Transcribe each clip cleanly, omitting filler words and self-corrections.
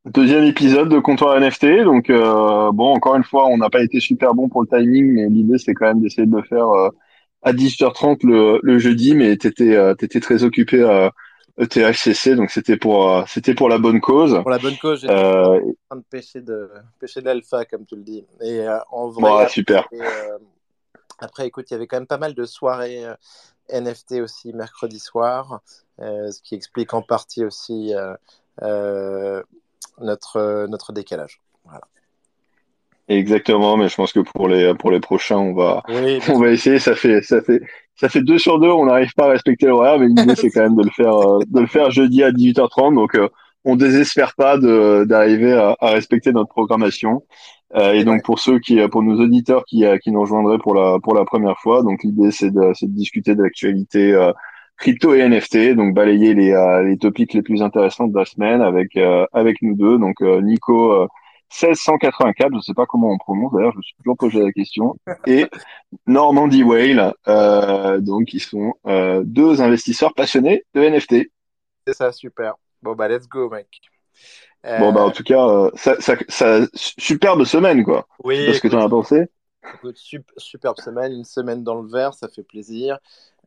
Deuxième épisode de Comptoir NFT. Donc bon, encore une fois, on n'a pas été super bon pour le timing, mais l'idée c'est quand même d'essayer de le faire à 18h30 le jeudi, mais t'étais très occupé à ETHCC, donc c'était pour la bonne cause. Pour la bonne cause, j'étais en Euh, train de pêcher de l'alpha, comme tu le dis. Et en vrai, bon, super. après, écoute, il y avait quand même pas mal de soirées NFT aussi mercredi soir, ce qui explique en partie aussi euh, notre décalage. Voilà. Exactement, mais je pense que pour les prochains, Oui, bien on sûr. va essayer. Ça fait deux sur deux. On n'arrive pas à respecter l'horaire, mais l'idée c'est quand même de le faire jeudi à 18h30. Donc on désespère pas d'arriver à respecter notre programmation. Et C'est donc vrai. pour nos auditeurs qui nous rejoindraient pour la première fois, donc l'idée c'est de discuter de l'actualité crypto et NFT, donc balayer les topics les plus intéressants de la semaine avec nous deux. Donc Nico. 1684, je sais pas comment on prononce, d'ailleurs, je me suis toujours posé la question, et Normandy Whale, donc ils sont deux investisseurs passionnés de NFT. C'est ça, super. Bon, bah, let's go, mec. Bon, bah, en Euh, tout cas, superbe semaine, quoi. Je sais oui, pas ce que tu en as pensé. écoute, superbe semaine, une semaine dans le vert, ça fait plaisir.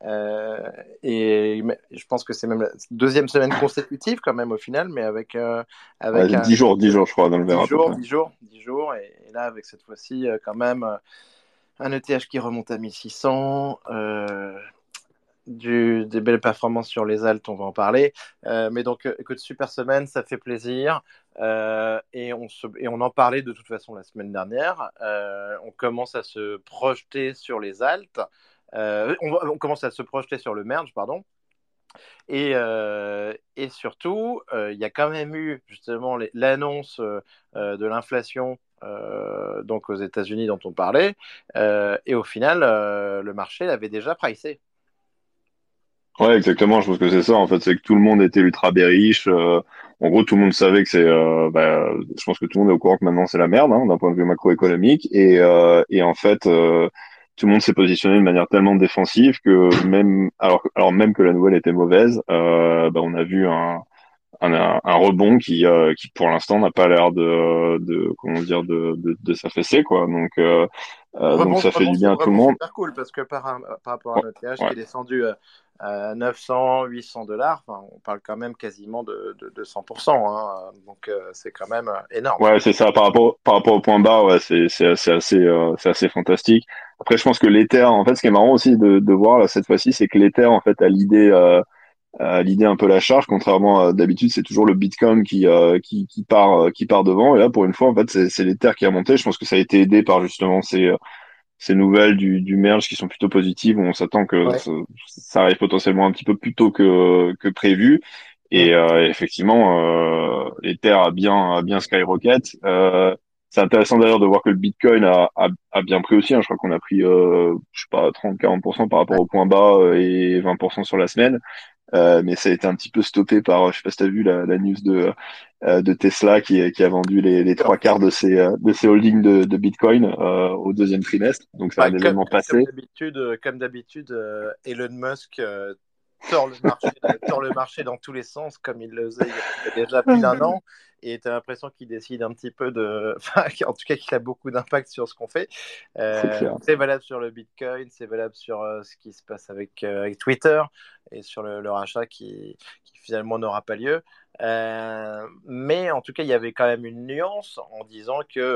Et je pense que c'est même la deuxième semaine consécutive quand même au final, mais avec Ouais, un 10 jours, je crois, dans le verre, 10 à peu près. jours, 10 jours, 10 jours, et là avec cette fois-ci quand même un ETH qui remonte à 1600, des belles performances sur les altes, on va en parler. Mais donc, écoute, super semaine, ça fait plaisir. Et on en parlait de toute façon la semaine dernière. On commence à se projeter sur les altes. On commence à se projeter sur le merge, pardon. Et surtout, il y a quand même eu justement l'annonce de l'inflation donc aux États-Unis dont on parlait. Et au final, le marché l'avait déjà pricé. Ouais, exactement, je pense que c'est ça, en fait, c'est que tout le monde était ultra bearish. En gros, tout le monde savait que je pense que tout le monde est au courant que maintenant c'est la merde, hein, d'un point de vue macroéconomique, et en fait, tout le monde s'est positionné de manière tellement défensive que alors même que la nouvelle était mauvaise, on a vu un rebond qui pour l'instant n'a pas l'air comment dire, de s'affaisser, quoi. Donc ça fait du bien à tout le Rebond monde. super cool parce que par rapport à Ouais, notre TH qui ouais. est descendu à 900, 800 dollars, enfin, on parle quand même quasiment de 100%, hein. Donc c'est quand même énorme. Ouais, c'est ça. Par rapport au point bas, ouais, c'est assez fantastique. Après, je pense que l'Ether, en fait, ce qui est marrant aussi de voir là cette fois-ci, c'est que l'Ether, en fait, a l'idée un peu la charge. Contrairement à d'habitude, c'est toujours le Bitcoin qui part devant. Et là, pour une fois, en fait, c'est l'Ether qui a monté. Je pense que ça a été aidé par justement ces nouvelles du merge qui sont plutôt positives, où on s'attend que Ouais. ça arrive potentiellement un petit peu plus tôt que prévu. Mm. Et effectivement, l'Ether a bien skyrocket. C'est intéressant d'ailleurs de voir que le Bitcoin a bien pris aussi, hein. Je crois qu'on a pris, je sais pas, 30-40% par rapport Ouais. au point bas et 20% sur la semaine. Mais ça a été un petit peu stoppé par, je sais pas si t'as vu la news de Tesla qui a vendu les trois quarts de ses holdings de Bitcoin au deuxième trimestre. Donc c'est Ouais, un événement passé. comme d'habitude, Elon Musk tord le marché dans tous les sens, comme il le faisait il y a déjà plus d'un an. Et tu as l'impression qu'il décide un petit peu de. Enfin, en tout cas, qu'il a beaucoup d'impact sur ce qu'on fait. C'est clair. C'est valable sur le Bitcoin, c'est valable sur ce qui se passe avec Twitter et sur le rachat qui finalement n'aura pas lieu. Mais en tout cas, il y avait quand même une nuance en disant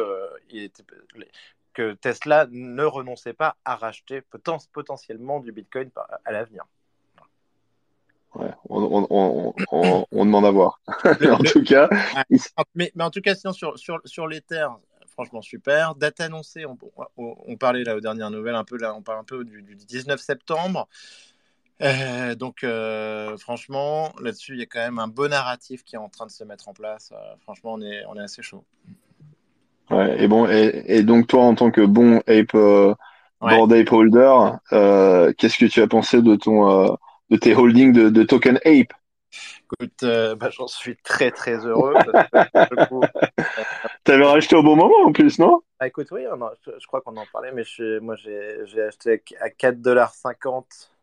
que Tesla ne renonçait pas à racheter potentiellement du Bitcoin à l'avenir. Ouais, on demande à voir. Le, Mais en le- tout cas, mais en tout cas, sinon, sur les terres, franchement super. Date annoncée, on parlait là aux dernières nouvelles, un peu là, on parle un peu du 19 septembre. Donc, franchement, là-dessus, il y a quand même un beau narratif qui est en train de se mettre en place. Franchement, on est assez chaud. ouais, et donc toi, en tant que bon Ouais. board ape holder, qu'est-ce que tu as pensé de tes holdings de token ape? Écoute, bah, j'en suis très très heureux parce que du coup, euh, T'avais racheté au bon moment en plus, non? écoute, oui, je crois qu'on en parlait, mais moi j'ai acheté à 4,50 $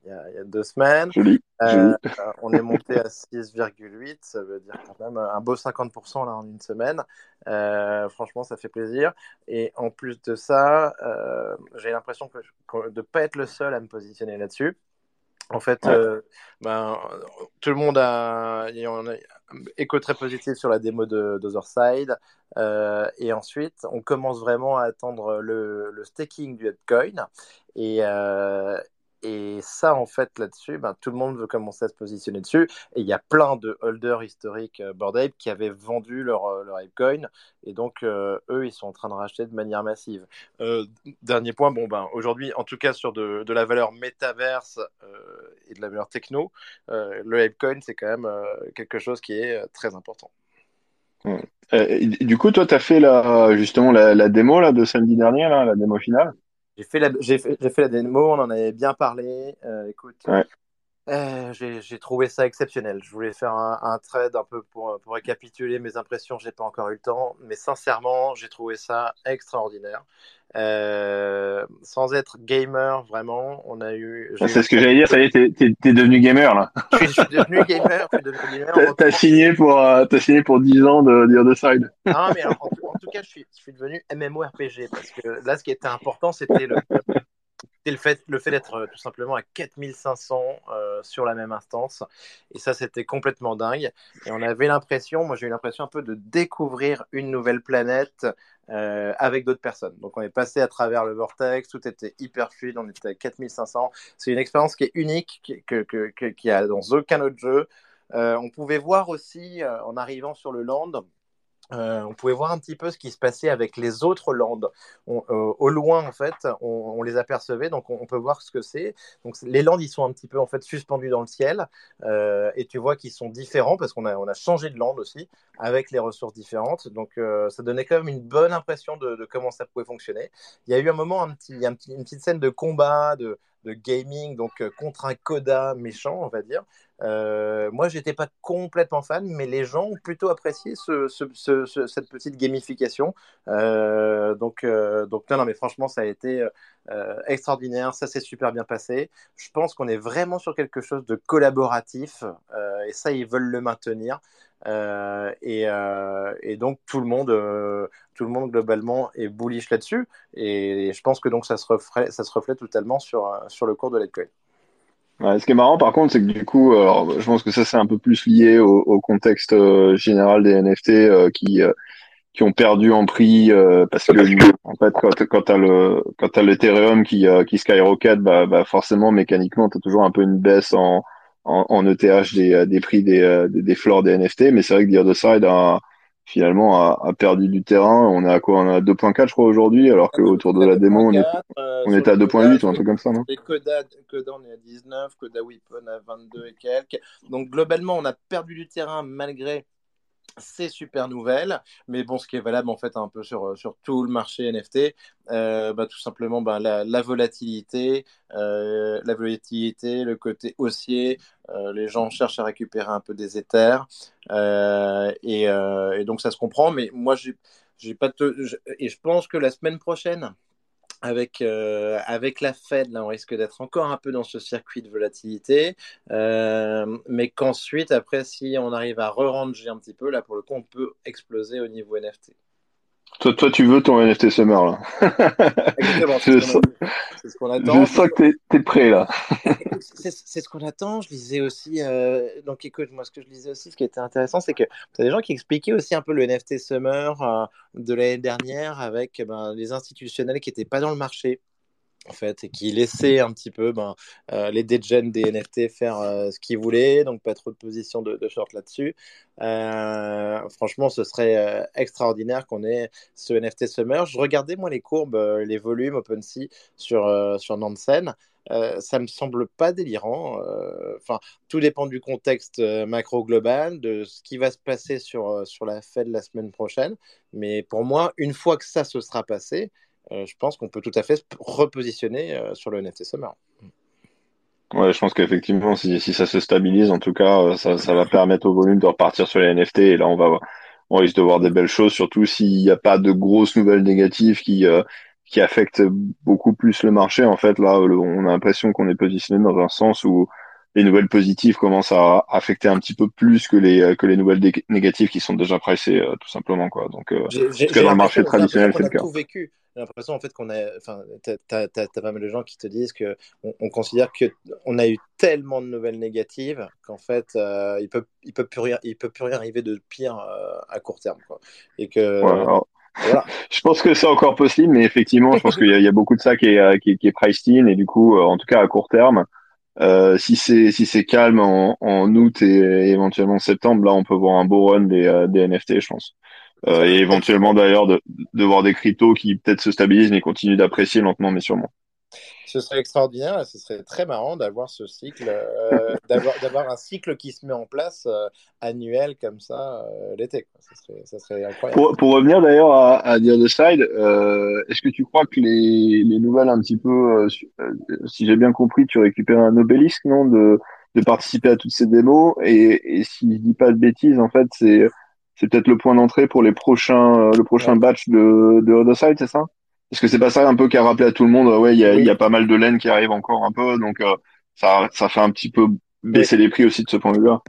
il y a 2 semaines. Joli, Euh, joli. on est monté à 6,8, ça veut dire quand même un beau 50% là en une semaine. Franchement, ça fait plaisir. Et en plus de ça, j'ai l'impression de ne pas être le seul à me positionner là-dessus. En fait, Ouais. ben, tout le monde on a écho très positif sur la démo d'Otherside. Et ensuite, on commence vraiment à attendre le staking du Bitcoin. Et, euh, et ça, en fait, là-dessus, ben, tout le monde veut commencer à se positionner dessus. Et il y a plein de holders historiques Bored Ape qui avaient vendu leur Bitcoin. Et donc, eux, ils sont en train de racheter de manière massive. Euh, Dernier point, bon, ben, aujourd'hui, en tout cas sur de la valeur métaverse et de la valeur techno, le Hypecoin, c'est quand même quelque chose qui est très important. Ouais. Du coup, toi, tu as fait justement la démo là, de samedi dernier, là, la démo finale? J'ai fait la démo, on en avait bien parlé. Écoute, Ouais. j'ai trouvé ça exceptionnel. Je voulais faire un trade un peu pour récapituler mes impressions. J'ai pas encore eu le temps, mais sincèrement, j'ai trouvé ça extraordinaire. Sans être gamer, vraiment, j'ai eu C'est ce que l'impression j'allais dire, que ça y est, t'es devenu gamer là. je suis devenu gamer. Je suis devenu gamer. T'as signé pour 10 ans de The Other Side. Non, mais alors, en tout cas, je suis devenu MMORPG parce que là, ce qui était important, c'était le fait d'être tout simplement à 4500 sur la même instance. Et ça, c'était complètement dingue. Et moi, j'ai eu l'impression un peu de découvrir une nouvelle planète avec d'autres personnes. Donc, on est passé à travers le vortex, tout était hyper fluide, on était à 4500. C'est une expérience qui est unique, qu'il y a dans aucun autre jeu. On pouvait voir aussi, en arrivant sur le land, on pouvait voir un petit peu ce qui se passait avec les autres landes. Au loin, en fait, on les apercevait, donc on peut voir ce que c'est. Donc les landes, ils sont un petit peu en fait suspendus dans le ciel, et tu vois qu'ils sont différents parce on a changé de lande aussi avec les ressources différentes. Donc ça donnait quand même une bonne impression de comment ça pouvait fonctionner. Il y a eu un moment, une petite scène de combat, de gaming, donc contre un coda méchant, on va dire. Moi, j'étais pas complètement fan, mais les gens ont plutôt apprécié cette petite gamification. Donc non, non, mais franchement, ça a été extraordinaire. Ça s'est super bien passé. Je pense qu'on est vraiment sur quelque chose de collaboratif, et ça, ils veulent le maintenir. Et donc tout le monde globalement est bullish là-dessus. Et je pense que donc ça se reflète totalement sur le cours de l'Etcoin. Ouais, ce qui est marrant, par contre, c'est que du coup, alors, je pense que ça, c'est un peu plus lié au contexte général des NFT qui ont perdu en prix parce que en fait, quand t'as l'Ethereum qui skyrocket, bah forcément, mécaniquement, t'as toujours un peu une baisse en ETH des prix des floors des NFT. Mais c'est vrai que The Other Side finalement a perdu du terrain. On est à quoi? On est à 2.4, je crois, aujourd'hui, alors qu'autour On de est à la démo, 2.4, on sur était les à codas, 2.8 ou un truc comme ça, non? Coda, on est à 19, Coda Weapon à 22 et quelques. Donc globalement, on a perdu du terrain malgré ces super nouvelles. Mais bon, ce qui est valable en fait un peu sur tout le marché NFT, tout simplement la volatilité, le côté haussier. Les gens cherchent à récupérer un peu des Ethers. Et donc ça se comprend, mais moi, j'ai pas et je pense que la semaine prochaine, avec la Fed, là, on risque d'être encore un peu dans ce circuit de volatilité, mais qu'ensuite, après, si on arrive à re-ranger un petit peu, là, pour le coup, on peut exploser au niveau NFT. Toi, tu veux ton NFT Summer, là. Exactement, Je sens, c'est ce qu'on je attend. sens que t'es prêt, là. Écoute, c'est ce qu'on attend. Je lisais aussi, donc écoute, moi, ce que je lisais aussi, ce qui était intéressant, c'est que tu as des gens qui expliquaient aussi un peu le NFT Summer de l'année dernière avec les institutionnels qui n'étaient pas dans le marché, en fait, et qui laissait un petit peu les degen des NFT faire ce qu'ils voulaient, donc pas trop de position de short là-dessus. Franchement, ce serait extraordinaire qu'on ait ce NFT Summer. Je regardais moi les courbes, les volumes OpenSea sur Nansen. Ça me semble pas délirant. Enfin, tout dépend du contexte macro global, de ce qui va se passer sur la Fed la semaine prochaine. Mais pour moi, une fois que ça se sera passé, je pense qu'on peut tout à fait se repositionner sur le NFT Summer. Ouais, je pense qu'effectivement, si ça se stabilise, en tout cas, ça va permettre au volume de repartir sur les NFT. Et là, on risque de voir des belles choses, surtout s'il n'y a pas de grosses nouvelles négatives qui affecte beaucoup plus le marché. En fait, là, on a l'impression qu'on est positionné dans un sens où les nouvelles positives commencent à affecter un petit peu plus que les nouvelles négatives qui sont déjà pricées, tout simplement, quoi. Donc, en tout cas, J'ai dans le marché l'impression traditionnel, qu'on c'est le a cas. tout vécu. J'ai l'impression en fait qu'on a, enfin, t'as pas mal de gens qui te disent que on considère que on a eu tellement de nouvelles négatives qu'en fait, il peut plus rien arriver de pire à court terme, quoi. Et Ouais, que alors, voilà. je pense que c'est encore possible, mais effectivement, je pense qu'il y a beaucoup de ça qui est priced in, et du coup, en tout cas à court terme, si c'est calme en août et éventuellement septembre, là, on peut voir un beau run des NFT, je pense. Et éventuellement d'ailleurs de voir des cryptos qui peut-être se stabilisent mais continuent d'apprécier lentement mais sûrement. Ce serait extraordinaire et ce serait très marrant d'avoir ce cycle, d'avoir un cycle qui se met en place annuel comme ça l'été, quoi. Ça serait incroyable. Pour revenir d'ailleurs à The Other Side, est-ce que tu crois que les nouvelles un petit peu, si j'ai bien compris, tu récupères un obélisque, non, de participer à toutes ces démos et si je dis pas de bêtises, en fait, c'est peut-être le point d'entrée pour le prochain Ouais. batch de Other Side, c'est ça? Est-ce que c'est pas ça un peu qui a rappelé à tout le monde, ouais, il y Oui, a pas mal de laine qui arrive encore un peu, donc ça fait un petit peu oui. baisser les prix aussi de ce point de vue-là.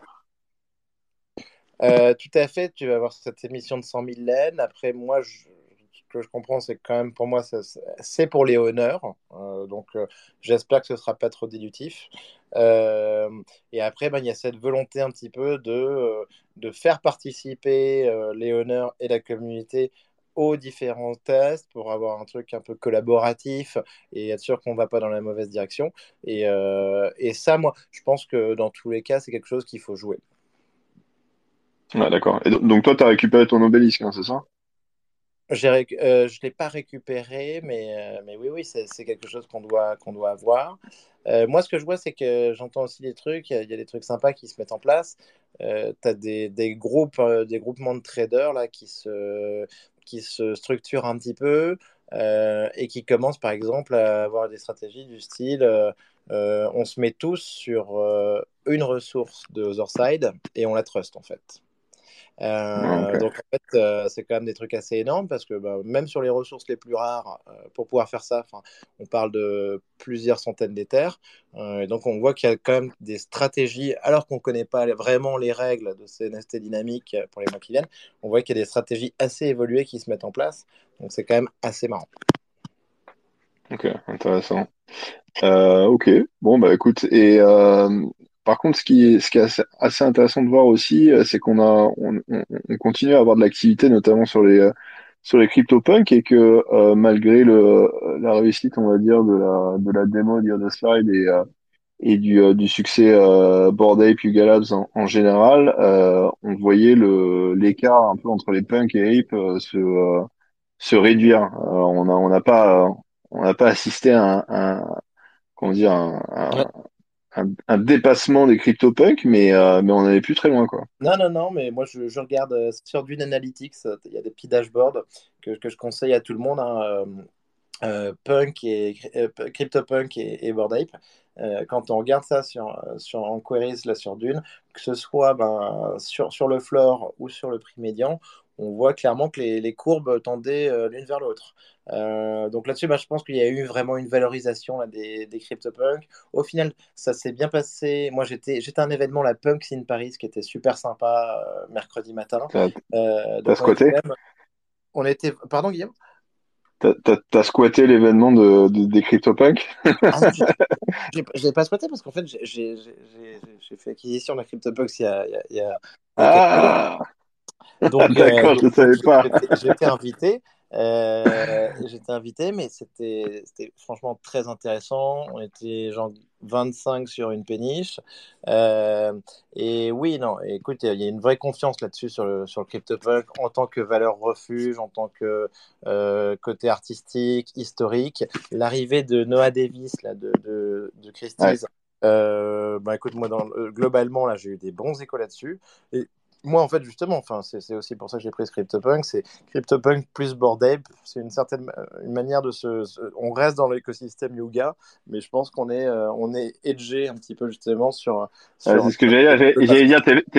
Tout à fait, tu vas avoir cette émission de 100 000 laines. Après, ce que je comprends, c'est que quand même pour moi, c'est pour les honneurs. Donc, j'espère que ce sera pas trop dilutif. Euh, et après, ben, il y a cette volonté un petit peu de faire participer les honneurs et la communauté aux différents tests pour avoir un truc un peu collaboratif et être sûr qu'on va pas dans la mauvaise direction. Et ça, moi, je pense que dans tous les cas, c'est quelque chose qu'il faut jouer. Ouais, d'accord. Et donc toi, t'as récupéré ton obélisque, hein, c'est ça? Je l'ai pas récupéré, mais oui, oui, c'est quelque chose qu'on doit avoir. Moi, ce que je vois, c'est que j'entends aussi des trucs, il y a des trucs sympas qui se mettent en place. Tu as des groupes, des groupements de traders là, qui se structurent un petit peu et qui commencent, par exemple, à avoir des stratégies du style on se met tous sur une ressource de Otherside et on la trust, en fait. Ouais, ok. Donc en fait, c'est quand même des trucs assez énormes parce que bah, même sur les ressources les plus rares, pour pouvoir faire ça, on parle de plusieurs centaines d'éthers. Et donc on voit qu'il y a quand même des stratégies, alors qu'on ne connaît pas vraiment les règles de ces NFT dynamiques pour les mois qui viennent, on voit qu'il y a des stratégies assez évoluées qui se mettent en place. Donc c'est quand même assez marrant. Ok, intéressant. Ok, bon bah écoute, par contre ce qui est assez intéressant de voir aussi, c'est on continue à avoir de l'activité notamment sur les CryptoPunks et que malgré la réussite on va dire de la démo The Other Side et du succès Bored Ape Yuga Labs en général, on voyait l'écart un peu entre les punks et Ape se réduire. On n'a pas assisté à comment dire, Ouais. un dépassement des CryptoPunks, mais on n'allait plus très loin, quoi. Non, non, non, mais moi je regarde sur Dune Analytics, il y a des petits dashboards que je conseille à tout le monde, hein. Punk et CryptoPunk et Bored Ape. Quand on regarde ça en queries là sur Dune, que ce soit ben, sur le floor ou sur le prix médian, on voit clairement que les courbes tendaient l'une vers l'autre. Donc là-dessus, ben, je pense qu'il y a eu vraiment une valorisation là, des CryptoPunks. Au final, ça s'est bien passé. Moi, j'étais à un événement, la Punks in Paris, qui était super sympa mercredi matin. T'as, t'as Donc on était squatté? quand même. On était. Pardon, Guillaume? T'as squatté l'événement des CryptoPunks? Ah non, je l'ai pas souhaité parce qu'en fait, j'ai fait acquisition d'un CryptoPunks il y a quelques mois. Ah, d'accord, je ne Donc savais pas. j'étais invité, mais c'était franchement très intéressant. On était genre 25 sur une péniche. Euh, et oui, non, écoute, il y a une vraie confiance là-dessus sur le CryptoPunk en tant que valeur refuge, en tant que côté artistique, historique. L'arrivée de Noah Davis, là, de Ouais. Christie's, bah écoute, moi, globalement, là, j'ai eu des bons échos là-dessus. Et moi, en fait, justement, enfin, c'est aussi pour ça que j'ai pris ce CryptoPunk. C'est CryptoPunk plus Bored Ape. C'est une manière on reste dans l'écosystème Yuga, mais je pense on est edgé un petit peu justement Ouais, sur c'est ce que j'allais dire. le passé.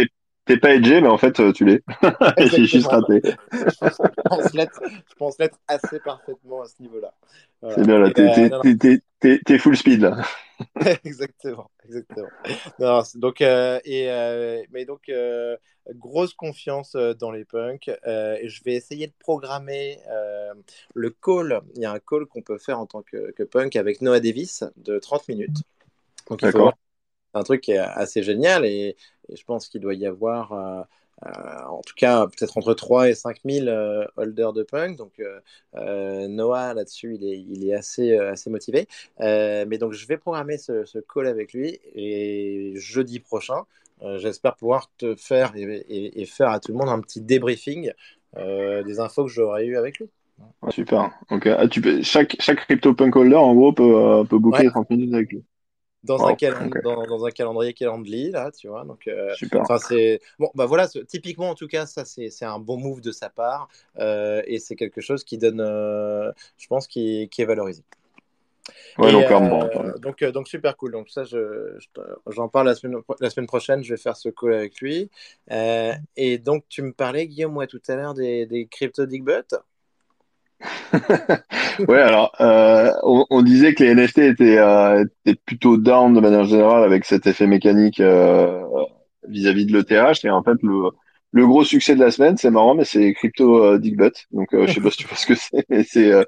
t'es pas edgé, mais en fait, tu l'es. J'ai juste Exactement. raté. Je pense l'être assez parfaitement à ce niveau-là. C'est Voilà. bien là, Et, non, non, t'es full speed là. exactement, exactement. Non, donc, mais donc, grosse confiance dans les punks. Et je vais essayer de programmer le call. Il y a un call qu'on peut faire en tant que punk avec Noah Davis de 30 minutes. Donc, il faut voir D'accord. un truc qui est assez génial et je pense qu'il doit y avoir, en tout cas, peut-être entre 3 et 5 000 holders de punk. Donc, Noah, là-dessus, il est assez motivé. Mais donc, je vais programmer ce call avec lui et jeudi prochain, j'espère pouvoir te faire et faire à tout le monde un petit débriefing des infos que j'aurais eues avec lui. Ah, super. Ok. Ah, chaque CryptoPunk holder, en gros, peut Ouais, booker 30 minutes avec lui. Wow. Ok. dans un calendrier Calendly, là, tu vois. Donc, Super. enfin, c'est bon, bah voilà, typiquement, en tout cas, ça, c'est un bon move de sa part et c'est quelque chose qui donne, je pense, qui est valorisé. Ouais, Et non, clairement. donc super cool. Donc, ça, j'en parle la semaine prochaine, je vais faire ce call avec lui. Et donc, tu me parlais, Guillaume, moi, tout à l'heure, des crypto Digbut. Ouais, alors, on disait que les NFT étaient plutôt down de manière générale avec cet effet mécanique vis-à-vis de l'ETH. Et en fait, le gros succès de la semaine, c'est marrant, mais c'est Crypto Digbut. Donc, je sais pas si tu vois ce que c'est, mais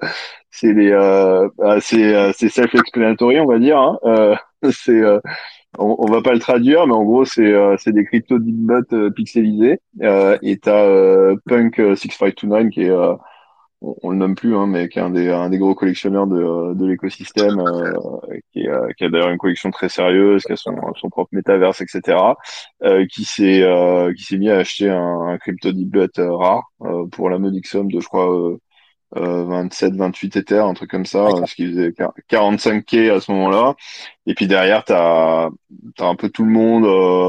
c'est self-explanatory, on va dire. Hein. C'est, on va pas le traduire, mais en gros, c'est des Crypto Digbut pixelisés. Et t'as Punk 6529 qui est on le nomme plus, hein, mais qui est un des gros collectionneurs de l'écosystème, qui a d'ailleurs une collection très sérieuse, qui a son propre métaverse, etc., qui s'est mis à acheter un crypto debut rare pour la modique somme de, je crois, 27, 28 Ethers, un truc comme ça, D'accord. ce qui faisait 45K à ce moment-là. Et puis derrière, t'as un peu tout le monde,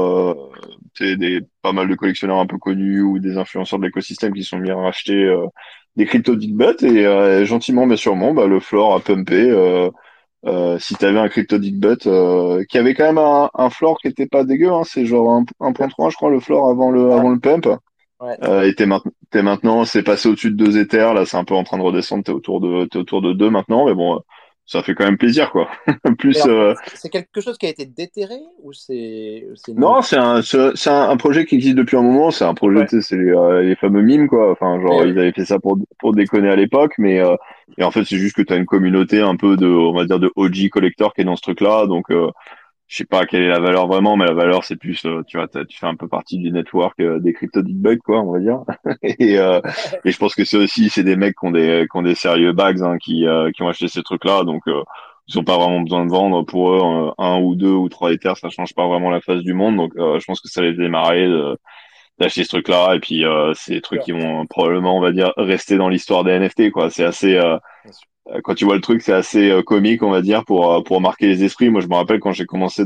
pas mal de collectionneurs un peu connus ou des influenceurs de l'écosystème qui sont mis à racheter des crypto digbut et gentiment mais sûrement, bah, le floor a pumpé. Si t'avais un crypto digbut qui avait quand même un floor qui était pas dégueu, hein, c'est genre 1.3 je crois le floor Ouais, avant le pump. ouais. Et t'es maintenant, c'est passé au-dessus de 2 Ethers, là c'est un peu en train de redescendre, t'es autour de 2 maintenant, mais bon, ça fait quand même plaisir quoi. Mais Plus alors, c'est quelque chose qui a été déterré ou c'est une non, nouveauté? c'est un projet qui existe depuis un moment, c'est un projet, Ouais. tu sais, c'est les fameux mimes quoi. Enfin, Oui, genre oui, ils avaient fait ça pour déconner à l'époque, mais et en fait c'est juste que t'as une communauté un peu de, on va dire de OG collector qui est dans ce truc-là, donc je sais pas quelle est la valeur vraiment, mais la valeur c'est plus, tu vois, tu fais un peu partie du network des crypto bugs quoi, on va dire. Et, euh, et je pense que c'est des mecs qui ont des sérieux bags hein, qui ont acheté ces trucs-là, donc ils ont pas vraiment besoin de vendre pour eux un ou deux ou trois Ethers, ça change pas vraiment la face du monde, donc je pense que ça les démarrer d'acheter ce truc-là, et puis c'est des trucs bien qui vont probablement, on va dire, rester dans l'histoire des NFT quoi. C'est assez sûr. quand tu vois le truc, c'est assez comique, on va dire, pour marquer les esprits. Moi, je me rappelle quand j'ai commencé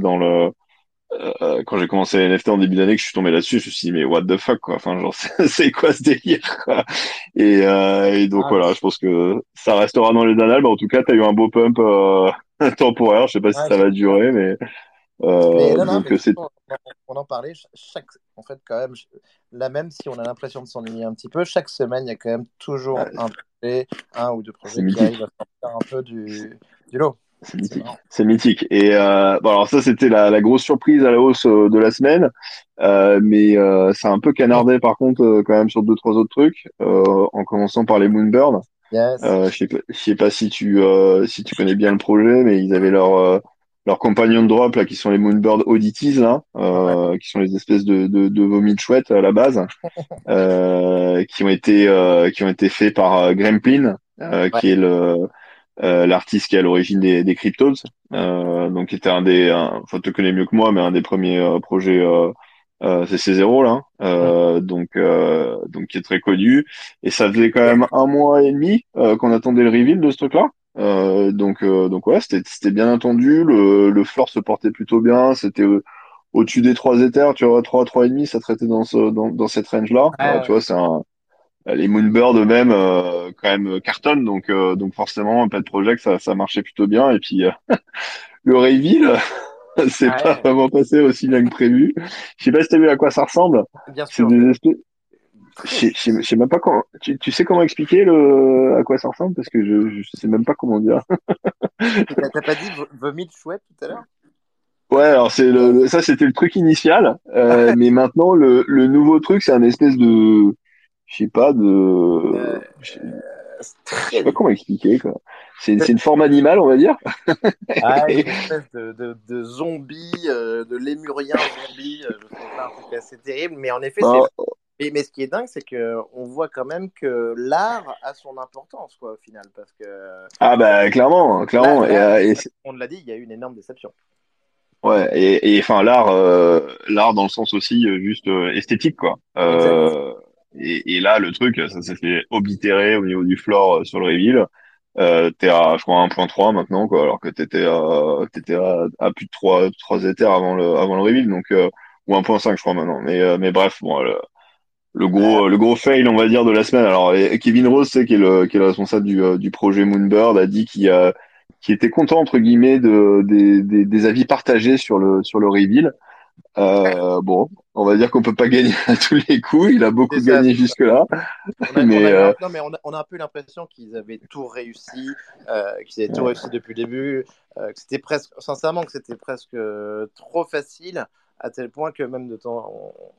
quand j'ai commencé les NFT en début d'année, que je suis tombé là-dessus, je me suis dit, mais what the fuck, quoi. Enfin, genre, c'est quoi ce délire, quoi. Et donc, Ah, mais voilà, je pense que ça restera dans les annales. Bah, en tout cas, t'as eu un beau pump temporaire. Je sais pas si ouais, ça va durer, mais mais non, non, donc mais c'est on en parlait. En fait, quand même, là même si on a l'impression de s'ennuyer un petit peu, chaque semaine, il y a quand même toujours ouais, un projet, un ou deux c'est projets qui arrivent mythique. à sortir un peu du lot. C'est C'est mythique. marrant. C'est mythique. Et bon, alors ça, c'était la grosse surprise à la hausse de la semaine. Mais ça a un peu canardé par contre quand même sur deux, trois autres trucs, en commençant par les Moonbirds. Yes. Je sais pas si tu connais bien le projet, mais ils avaient leur compagnon de drop là, qui sont les Moonbird Oddities là, Ouais. qui sont les espèces de vomis de chouettes à la base, qui ont été faits par Gremplin, Ouais. qui est le l'artiste qui est à l'origine des Cryptos, donc qui était enfin tu connais mieux que moi, mais un des premiers projets CC0 là, Mm. donc qui est très connu. Et ça faisait quand même un mois et demi qu'on attendait le reveal de ce truc-là. Donc ouais, c'était bien attendu. Le floor se portait plutôt bien. C'était au-dessus des 3 Ethers, tu vois, trois et demi, ça traitait dans cette range-là. Ouais, Tu vois, les Moonbirds eux-mêmes quand même cartonnent, donc forcément Pet Project ça marchait plutôt bien. Et puis le reveal. C'est pas Ouais, vraiment passé aussi bien que prévu. Je sais pas si t'as vu à quoi ça ressemble. bien C'est sûr, des espèces. très. Je sais même pas comment. Tu sais comment expliquer le à quoi ça ressemble parce que je sais même pas comment dire. T'as pas dit vomi de chouette tout à l'heure? Ouais, alors c'est ça c'était le truc initial, mais maintenant le nouveau truc c'est un espèce de, je sais pas Euh, c'est je sais très pas comment bizarre. expliquer quoi. C'est une forme animale on va dire. Ah, une espèce de zombie, de lémurien zombie, je sais pas, un truc assez terrible. Mais en effet, Bah, mais ce qui est dingue, c'est que on voit quand même que l'art a son importance, quoi, au final, parce que ah bah clairement clairement là, et on l'a dit, il y a eu une énorme déception. ouais et enfin l'art dans le sens aussi juste esthétique quoi. Exact. Et là le truc ça s'est fait oblitérer au niveau du floor sur le reveal. T'es à, je crois, 1.3 maintenant, quoi, alors que t'étais à plus de 3 Ethers avant le reveal, donc, ou 1.5, je crois, maintenant. Mais bref, bon, Ah, le gros fail, on va dire, de la semaine. Alors, et Kevin Rose, c'est, qui est le responsable du projet Moonbird, a dit qu'il était content, entre guillemets, des avis partagés sur le reveal. Bon, on va dire qu'on peut pas gagner à tous les coups. Il a c'est beaucoup ça, gagné c'est ça. jusque-là. On Mais, a eu un, non, mais on a un peu l'impression qu'ils avaient tout réussi, qu'ils avaient tout réussi depuis le début, que c'était presque, sincèrement, que c'était presque trop facile, à tel point que même de temps,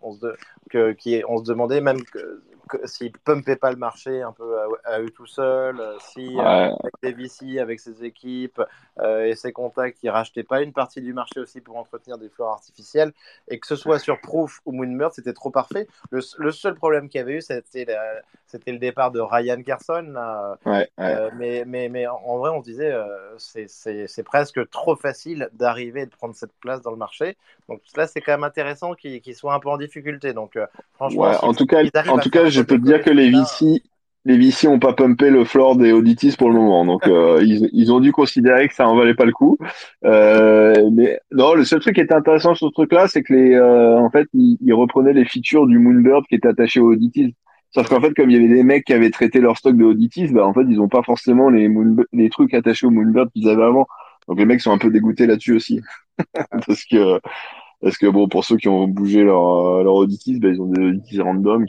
on se demandait même que s'ils pumpaient pas le marché un peu à eux tout seuls, si ouais, avec les VC, avec ses équipes et ses contacts, ils rachetaient pas une partie du marché aussi pour entretenir des fleurs artificielles, et que ce soit sur Proof ou Moonbird, c'était trop parfait. Le seul problème qu'il y avait eu, c'était le départ de Ryan Kerson. Là. ouais. Mais en vrai, on se disait, c'est presque trop facile d'arriver et de prendre cette place dans le marché. Donc là, c'est quand même intéressant qu'ils soient un peu en difficulté. Donc franchement, Ouais, s'ils ils arrivent en à tout faire cas, je peux te dire redécoller que ce truc-là, Les VC ont pas pumpé le floor des Auditis pour le moment, donc ils ont dû considérer que ça en valait pas le coup. Mais non, le seul truc qui était intéressant sur ce truc-là, c'est que en fait, ils reprenaient les features du Moonbird qui étaient attachés aux Auditis. Sauf qu'en exact. fait, comme il y avait des mecs qui avaient traité leur stock de Auditis, bah en fait, ils ont pas forcément les trucs attachés au Moonbird qu'ils avaient avant. Donc les mecs sont un peu dégoûtés là-dessus aussi, parce que bon, pour ceux qui ont bougé leur auditis, bah, ils ont des auditis random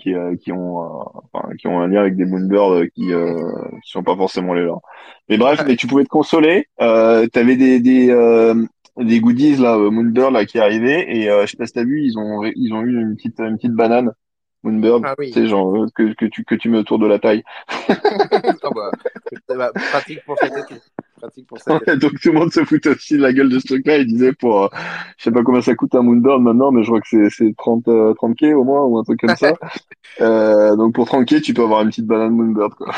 qui ont un lien avec des Moonbirds qui sont pas forcément les leurs. Mais bref, mais Ouais. tu pouvais te consoler. T'avais des goodies là, Moonbird là qui arrivaient et je sais pas si t'as vu, ils ont eu une petite banane Moonbird, Ah tu oui. sais genre que tu mets autour de la taille. Ah pratique pour cet été. Pratique pour cet été. Donc tout le monde se fout aussi de la gueule de ce truc-là. Il disait je sais pas combien ça coûte un Moonbird maintenant, mais je crois que c'est 30 k au moins ou un truc comme ça. Donc pour 30 k, tu peux avoir une petite banane Moonbird, quoi.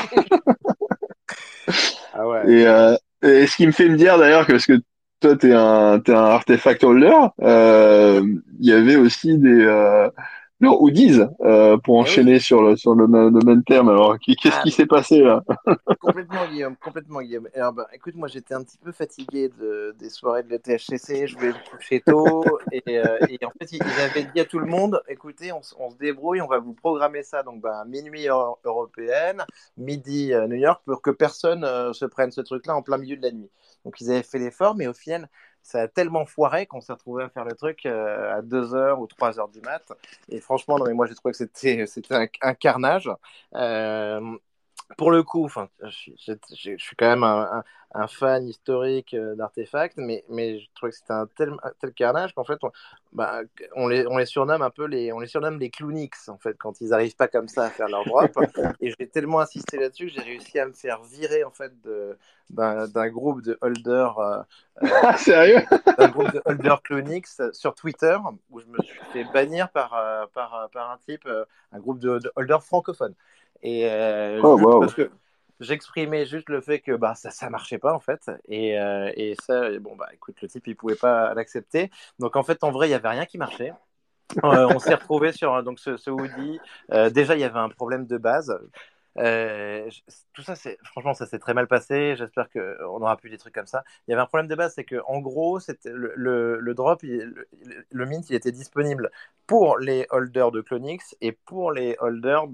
Ah ouais. Et ce qui me fait me dire d'ailleurs que parce que toi t'es un artefact holder, il y avait aussi leurs hoodies pour Eh oui. enchaîner le même terme. Alors qu'est-ce Ah, qui s'est passé là? complètement, Guillaume, complètement, Guillaume. Alors, bah, écoute, moi, j'étais un petit peu fatigué des soirées de l'ETHCC, je voulais me coucher tôt, et en fait, ils avaient dit à tout le monde, écoutez, on se débrouille, on va vous programmer ça, donc bah, minuit européenne, midi New York, pour que personne se prenne ce truc-là en plein milieu de la nuit. Donc, ils avaient fait l'effort, mais au final, ça a tellement foiré qu'on s'est retrouvé à faire le truc à 2 heures ou 3 heures du mat. Et franchement, non, mais moi, j'ai trouvé que c'était un carnage. Euh, pour le coup, enfin, je suis quand même un fan historique d'artefacts, mais je trouve que c'était un tel carnage qu'en fait, bah, on les surnomme un peu on les surnomme les Clownix, en fait, quand ils n'arrivent pas comme ça à faire leur drop. Et j'ai tellement insisté là-dessus que j'ai réussi à me faire virer, en fait, d'un groupe de holders, Ah, sérieux? Clownix sur Twitter, où je me suis fait bannir par un type, un groupe de holders francophones. Et Oh juste waouh. parce que j'exprimais juste le fait que bah, ça marchait pas en fait. Et ça, bon, bah écoute, le type il pouvait pas l'accepter. Donc en fait, en vrai, il y avait rien qui marchait. On s'est retrouvé sur donc ce Woody. Déjà, il y avait un problème de base. Tout ça, franchement, ça s'est très mal passé. J'espère qu'on n'aura plus des trucs comme ça. Il y avait un problème de base, c'est que en gros, c'était le drop, le mint, il était disponible pour les holders de Clonix et pour les holders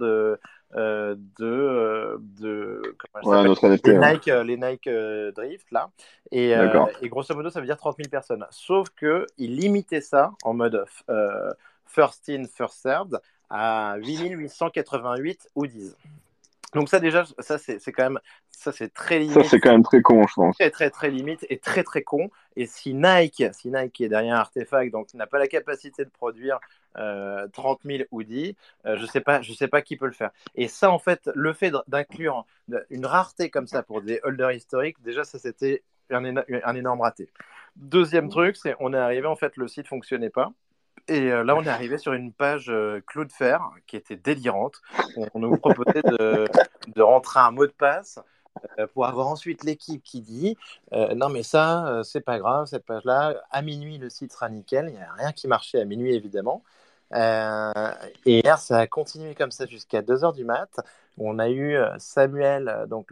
comment elle Ouais, s'appelle, notre NFT, ouais. Les Nike Drift là. D'accord. Et grosso modo, ça veut dire 30 000 personnes. Sauf que il limitait ça en mode first in, first served à 8 888 hoodies. Donc ça déjà, ça c'est quand même, ça c'est très Ça, limite, c'est quand même très con, je pense. très très très limite et très très con. Et si Nike qui est derrière Artefact, donc n'a pas la capacité de produire 30 000 hoodies, je sais pas qui peut le faire. Et ça en fait, le fait d'inclure une rareté comme ça pour des holders historiques, déjà ça c'était un énorme raté. Deuxième truc, c'est on est arrivé en fait, le site fonctionnait pas. Et là, on est arrivé sur une page Cloudflare qui était délirante. On nous proposait de rentrer un mot de passe pour avoir ensuite l'équipe qui dit non, mais ça, c'est pas grave, cette page-là, à minuit, le site sera nickel. Il n'y a rien qui marchait à minuit, évidemment. Euh, et hier, ça a continué comme ça jusqu'à 2 heures du mat. On a eu Samuel, donc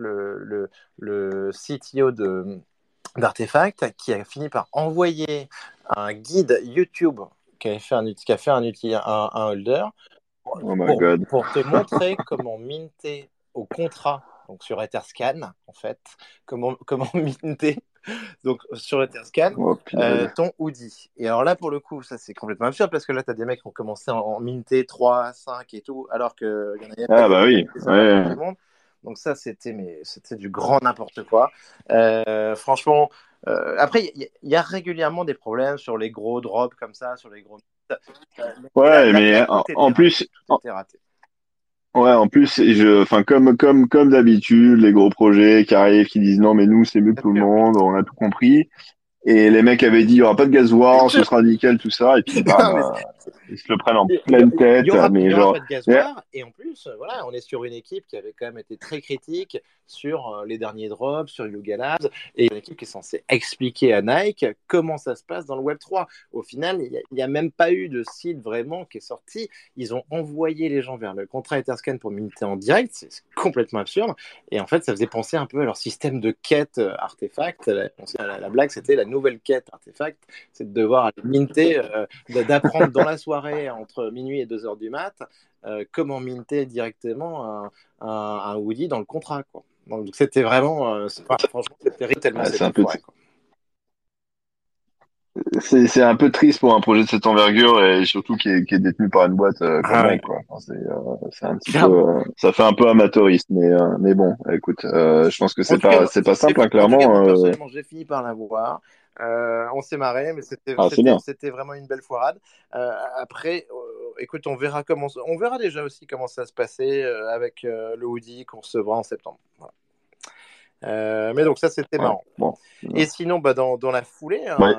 le CTO d'Artefact, qui a fini par envoyer un guide YouTube qui a fait un holder Oh my God. pour te montrer comment minter au contrat, donc sur Etherscan, en fait, comment minter donc, sur Etherscan Oh, punaise. ton hoodie. Et alors là, pour le coup, ça c'est complètement absurde parce que là, tu as des mecs qui ont commencé en minter 3, 5 et tout, alors qu'il n'y en avait pas Ah, bah oui. qui sont partis Ouais. tout le monde. Donc ça, c'était du grand n'importe quoi. Franchement, après, il y a régulièrement des problèmes sur les gros drops comme ça, sur les gros. Et là, Ouais, mais tout en était raté. plus, Tout était raté. ouais, en plus, enfin, comme d'habitude, les gros projets qui arrivent, qui disent non, mais nous, c'est mieux que Bien tout le sûr. monde, on a tout compris. Et les mecs avaient dit, il y aura pas de gaz war, ce sera nickel, tout ça. Et puis, Non, mais ils se le prennent en il pleine tête, y mais aura genre, pas de mais- gasoir. Et en plus, voilà, on est sur une équipe qui avait quand même été très critique sur les derniers drops, sur Yuga Labs, et une équipe qui est censée expliquer à Nike comment ça se passe dans le Web3. Au final, il n'y a même pas eu de site vraiment qui est sorti. Ils ont envoyé les gens vers le contrat Etherscan pour minter en direct. C'est complètement absurde. Et en fait, ça faisait penser un peu à leur système de quête artefact. La blague, c'était la nouvelle quête artefact, c'est de devoir aller minter, d'apprendre dans la soirée entre minuit et 2 heures du mat comment minter directement un Woody dans le contrat, quoi. Donc c'était vraiment, franchement, c'était tellement c'est c'était un peu, foiré, quoi. c'est un peu triste pour un projet de cette envergure et surtout qui est détenu par une boîte comme Ah ouais, Nike, quoi. Enfin, c'est un petit peu, clairement. ça fait un peu amateuriste, mais bon, écoute, je pense que En tout cas, c'est pas simple, hein, en tout cas, clairement. moi personnellement, j'ai fini par l'avoir. On s'est marré, mais Ah, c'est bien. c'était vraiment une belle foirade. Après, écoute, on verra déjà aussi comment ça se passait avec le Woody qu'on recevra en septembre. Voilà. Mais donc ça, c'était Ouais, marrant. bon. Et sinon, bah, dans la foulée, Ouais,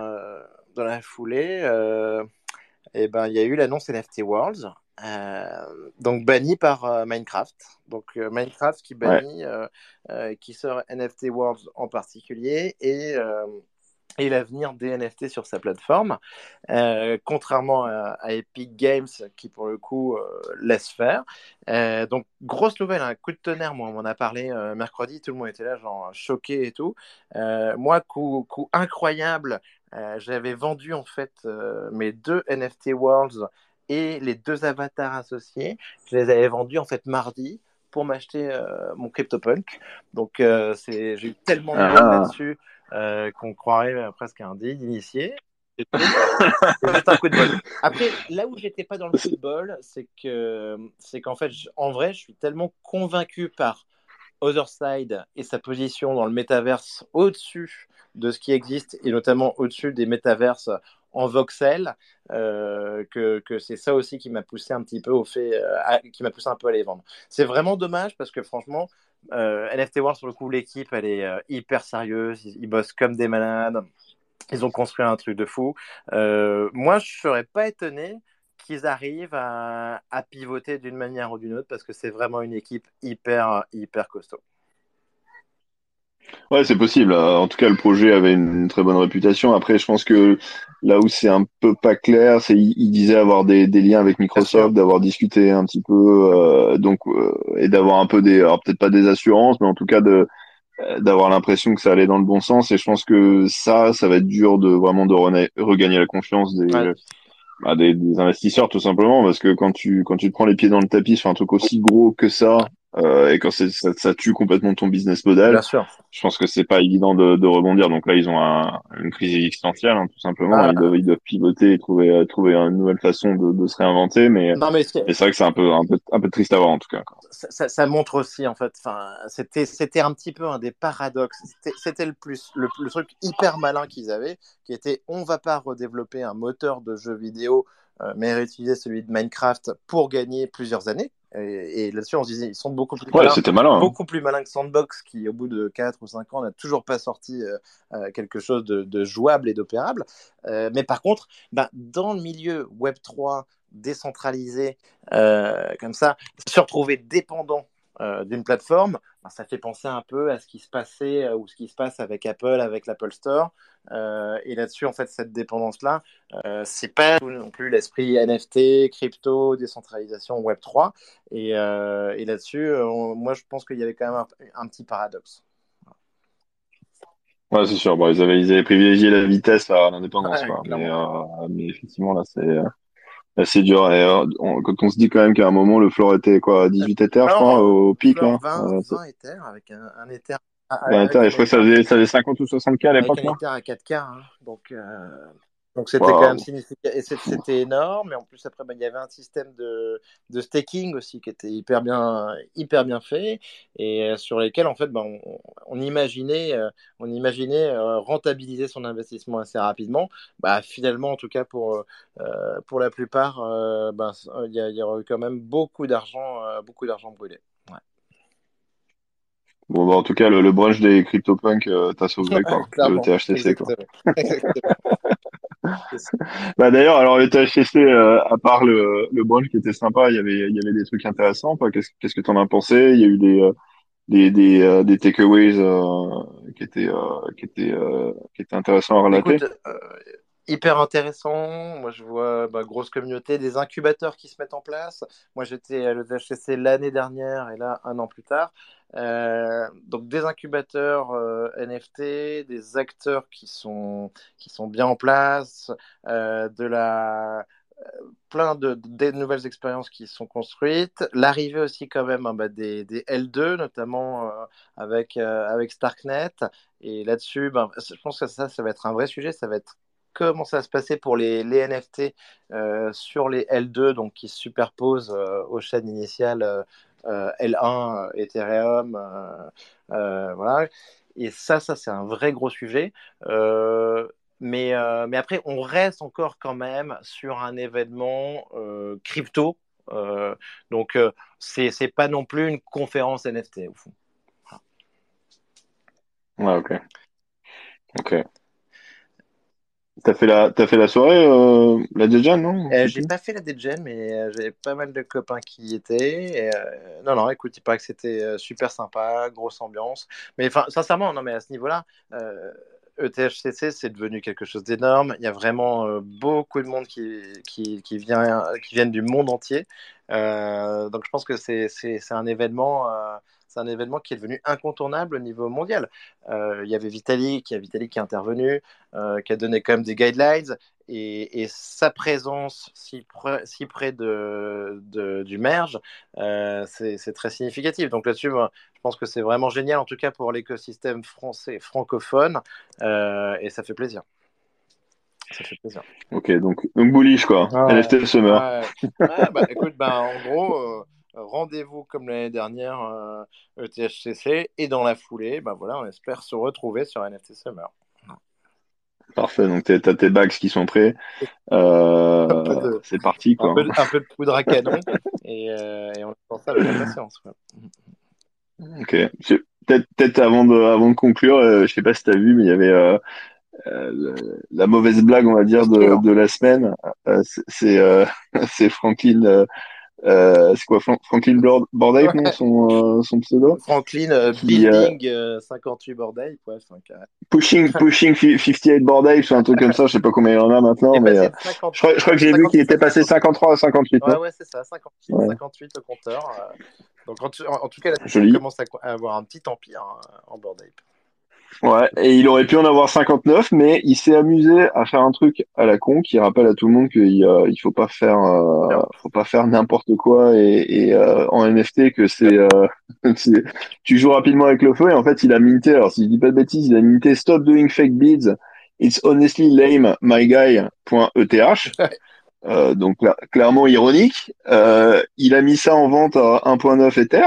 eh ben, il y a eu l'annonce NFT Worlds, donc banni par Minecraft. Donc Minecraft qui ouais. bannit, qui sort NFT Worlds en particulier et l'avenir des NFT sur sa plateforme, contrairement à Epic Games qui pour le coup laisse faire. Donc grosse nouvelle, un coup de tonnerre, moi on m'en a parlé mercredi, tout le monde était là genre choqué et tout. Moi coup incroyable, j'avais vendu en fait mes 2 NFT Worlds et les 2 avatars associés, je les avais vendus en fait mardi pour m'acheter mon CryptoPunk. Donc j'ai eu tellement de bol Ah, là-dessus qu'on croirait presque un dé d'initié. C'est juste un coup de bol. Après, là où j'étais pas dans le ah. coup de bol, c'est qu'en fait, en vrai, je suis tellement convaincu par Otherside et sa position dans le métaverse au-dessus de ce qui existe et notamment au-dessus des métaverses en voxel que c'est ça aussi qui m'a poussé un petit peu qui m'a poussé un peu à les vendre. C'est vraiment dommage parce que franchement, NFT World sur le coup, l'équipe elle est hyper sérieuse, ils bossent comme des malades. Ils ont construit un truc de fou. Moi, je serais pas étonné qu'ils arrivent à pivoter d'une manière ou d'une autre parce que c'est vraiment une équipe hyper, hyper costaud. Ouais, c'est possible. En tout cas, le projet avait une très bonne réputation. Après, je pense que là où c'est un peu pas clair, c'est il disait avoir des liens avec Bien sûr. Microsoft, d'avoir discuté un petit peu, et d'avoir un peu des, alors peut-être pas des assurances, mais en tout cas d'avoir l'impression que ça allait dans le bon sens. Et je pense que ça va être dur de vraiment de regagner la confiance Ouais, des investisseurs tout simplement, parce que quand tu te prends les pieds dans le tapis sur un truc aussi gros que ça, et quand ça tue complètement ton business model, bien sûr. je pense que c'est pas évident de rebondir. Donc là, ils ont une crise existentielle, hein, tout simplement. Ah, Ils doivent pivoter et trouver une nouvelle façon de se réinventer, non, mais mais c'est vrai que c'est un peu triste à voir en tout cas, quoi. ça montre aussi, en fait, enfin, c'était un petit peu un des paradoxes. C'était le truc hyper malin qu'ils avaient, qui était on va pas redévelopper un moteur de jeu vidéo, mais réutiliser celui de Minecraft pour gagner plusieurs années. Et là-dessus, on se disait, ils sont Ouais, c'était malin, hein. beaucoup plus malins que Sandbox, qui, au bout de 4 ou 5 ans, n'a toujours pas sorti quelque chose de jouable et d'opérable. Mais par contre, bah, dans le milieu Web3 décentralisé, comme ça, se retrouver dépendant d'une plateforme, ben, ça fait penser un peu à ce qui se passait ou ce qui se passe avec Apple, avec l'Apple Store. Et là-dessus, en fait, cette dépendance-là, c'est pas non plus l'esprit NFT, crypto, décentralisation Web3. Et là-dessus, moi, je pense qu'il y avait quand même un petit paradoxe. Ouais, c'est sûr. Bon, ils avaient privilégié la vitesse à l'indépendance, Ouais, quoi. clairement. Mais effectivement, là, c'est dur. Et quand on se dit quand même qu'à un moment, le floor était quoi, 18 Ethers, je crois, Alors, au pic, Fleur là. 20 Ether avec un Ether, 20 Ethers, et je crois que ça faisait 50 ou 60K à avec l'époque, un là. Ether à 4K, hein. Donc c'était quand même Waouh. significatif et c'était énorme. Et en plus, après, bah, il y avait un système de staking aussi qui était hyper bien fait et sur lesquels, en fait, bah, on imaginait rentabiliser son investissement assez rapidement. Bah, finalement, en tout cas, pour la plupart, bah, il y aura eu quand même beaucoup d'argent brûlé. Ouais. Bon, bah, en tout cas, le brunch des CryptoPunk, t'as sauvé, quoi. Le Clairement, THTC, quoi. exactement. Exactement. Bah, d'ailleurs, alors, le THTC, à part le brunch qui était sympa, il y avait des trucs intéressants, quoi. Qu'est-ce que t'en as pensé? Il y a eu des takeaways, qui étaient intéressants à Écoute, relater. hyper intéressant. Moi, je vois bah, grosse communauté, des incubateurs qui se mettent en place. Moi, j'étais à l'ETHCC l'année dernière et là, un an plus tard. Donc, des incubateurs NFT, des acteurs qui sont bien en place, de la plein des nouvelles expériences qui sont construites. L'arrivée aussi quand même hein, bah, des L2, notamment avec Starknet. Et là-dessus, ben, je pense que ça va être un vrai sujet. Ça va être comment ça va se passer pour les NFT sur les L2, donc qui se superposent aux chaînes initiales L1, Ethereum. Voilà. Et ça c'est un vrai gros sujet. Mais après, on reste encore quand même sur un événement crypto. Euh, donc, c'est pas non plus une conférence NFT, au fond. Ouais, ok. Ok. T'as fait la soirée, la déjà, non? Je sais J'ai plus. pas fait la DGen, mais j'avais pas mal de copains qui y étaient. Non, non, écoute, il paraît que c'était super sympa, grosse ambiance. Mais enfin, sincèrement, non, mais à ce niveau-là, ETHCC, c'est devenu quelque chose d'énorme. Il y a vraiment beaucoup de monde qui viennent du monde entier. Donc, je pense que c'est un événement qui est devenu incontournable au niveau mondial. Il y avait Vitalik qui est intervenu, qui a donné quand même des guidelines et sa présence si près du merge, c'est très significatif. Donc là-dessus, moi, je pense que c'est vraiment génial, en tout cas pour l'écosystème français francophone, et ça fait plaisir. Ça fait plaisir. Ok, donc bullish, quoi. Ouais, NFT Summer. ouais. Ouais, bah écoute, bah, en gros, rendez-vous comme l'année dernière ETHCC, et dans la foulée, bah voilà, on espère se retrouver sur NFT Summer. Parfait, donc t'as tes bags qui sont prêts. Un peu de, C'est parti, quoi. un peu de poudre à canon et on attend ça avec impatience. Ouais. Ok. Peut-être avant de conclure, je sais pas si t'as vu, mais il y avait la mauvaise blague, on va dire, Bien de, sûr. de la semaine. C'est Franklin C'est quoi, Bored Ape, non, Ouais. son pseudo? Franklin Qui, Building 58 bordel, ouais, enfin, Pushing 58 Bored Ape, ou un truc comme ça, je sais pas combien il y en a il maintenant, est mais passé de je crois que j'ai vu qu'il 56 à était passé 58. 53 à 58, Ouais, non? ouais, c'est ça, 58, Ouais, 58 le compteur. Donc, en tout cas, là-dessus, on joli. commence à avoir un petit empire en Bored Ape. Ouais, et il aurait pu en avoir 59, mais il s'est amusé à faire un truc à la con qui rappelle à tout le monde qu'il faut pas faire n'importe quoi en NFT que tu joues rapidement avec le feu et en fait il a minté, alors si je dis pas de bêtises, il a minté Stop doing fake bids, it's honestly lame, my guy.eth. Donc clairement ironique. Il a mis ça en vente à 1.9 Ether.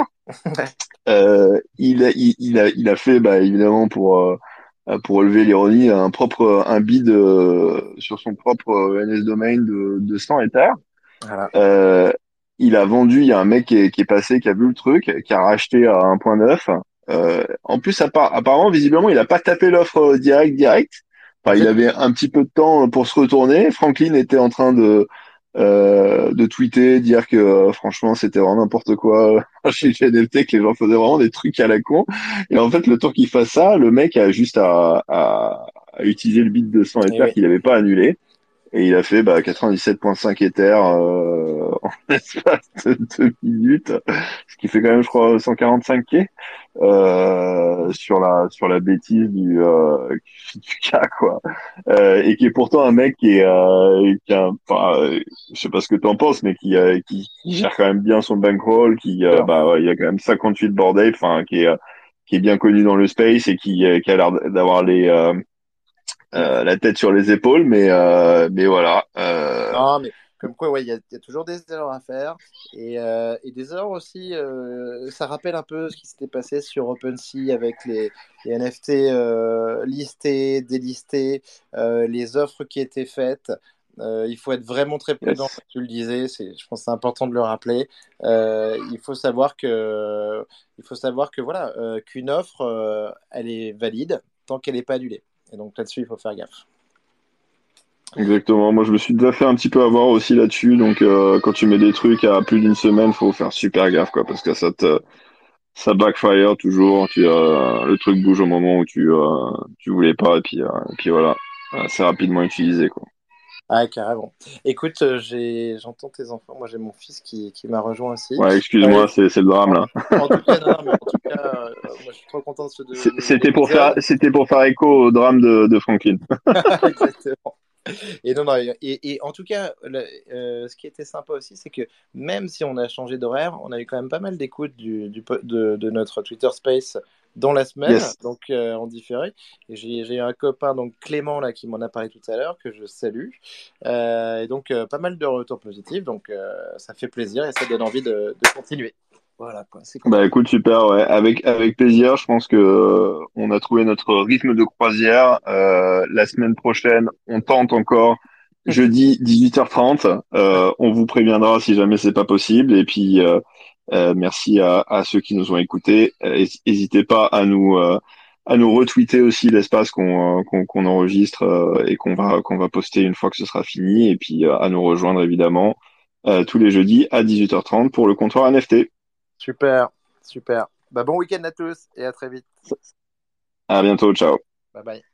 Il a fait, bah, évidemment, pour relever l'ironie, un bid sur son propre NS domain de 100 hectares. Voilà. Euh, il a vendu, il y a un mec qui est passé, qui a vu le truc, qui a racheté à 1.9. En plus, apparemment, visiblement, il a pas tapé l'offre direct. Enfin, il avait un petit peu de temps pour se retourner. Franklin était en train de tweeter, dire que franchement, c'était vraiment n'importe quoi chez NFT, que les gens faisaient vraiment des trucs à la con. Et en fait, le temps qu'il fasse ça, le mec a juste à utiliser le bit de 100 Et Ether oui. qu'il avait pas annulé. Et il a fait 97,5 Ether en l'espace de 2 minutes, ce qui fait quand même, je crois, 145K sur la bêtise du cas, quoi. Et qui est pourtant un mec enfin, je sais pas ce que tu en penses, mais qui gère quand même bien son bankroll, bah ouais, il y a quand même 58 bordel, enfin, qui est bien connu dans le space et qui a l'air d'avoir la tête sur les épaules, mais voilà. Non, mais comme quoi, ouais, il y a toujours des erreurs à faire. Et des erreurs aussi, ça rappelle un peu ce qui s'était passé sur OpenSea avec les NFT listés, délistés, les offres qui étaient faites. Il faut être vraiment très prudent, Yes. comme tu le disais, je pense que c'est important de le rappeler. Il faut savoir que voilà, qu'une offre, elle est valide tant qu'elle n'est pas annulée. Et donc là-dessus, il faut faire gaffe. Exactement. Moi, je me suis déjà fait un petit peu avoir aussi là-dessus. Donc, quand tu mets des trucs à plus d'une semaine, faut faire super gaffe, quoi, parce que ça backfire toujours. Le truc bouge au moment où tu voulais pas, et puis voilà. C'est rapidement utilisé, quoi. Ah, carrément. Écoute, j'entends tes enfants. Moi, j'ai mon fils qui m'a rejoint aussi. Ouais, Euh, excuse-moi, c'est le drame, en, là. en tout cas, non, non, mais en tout cas, moi, je suis trop content de de l'épisode. C'était pour faire écho au drame de Franklin. Exactement. Et non, non, et en tout cas, ce qui était sympa aussi, c'est que même si on a changé d'horaire, on a eu quand même pas mal d'écoutes de notre Twitter Space dans la semaine, Yes. donc en différé. Et j'ai eu un copain, donc Clément, là, qui m'en a parlé tout à l'heure, que je salue. Et donc, pas mal de retours positifs, donc ça fait plaisir et ça donne envie de continuer. Voilà, quoi, c'est Bah content. écoute, super, ouais. Avec plaisir. Je pense que on a trouvé notre rythme de croisière. La semaine prochaine, on tente encore jeudi 18h30. On vous préviendra si jamais c'est pas possible. Et puis merci à ceux qui nous ont écoutés. N'hésitez pas à nous retweeter aussi l'espace qu'on enregistre et qu'on va poster une fois que ce sera fini. Et puis à nous rejoindre évidemment tous les jeudis à 18h30 pour le comptoir NFT. Super, super. Bah, bon week-end à tous et à très vite. À bientôt, ciao. Bye bye.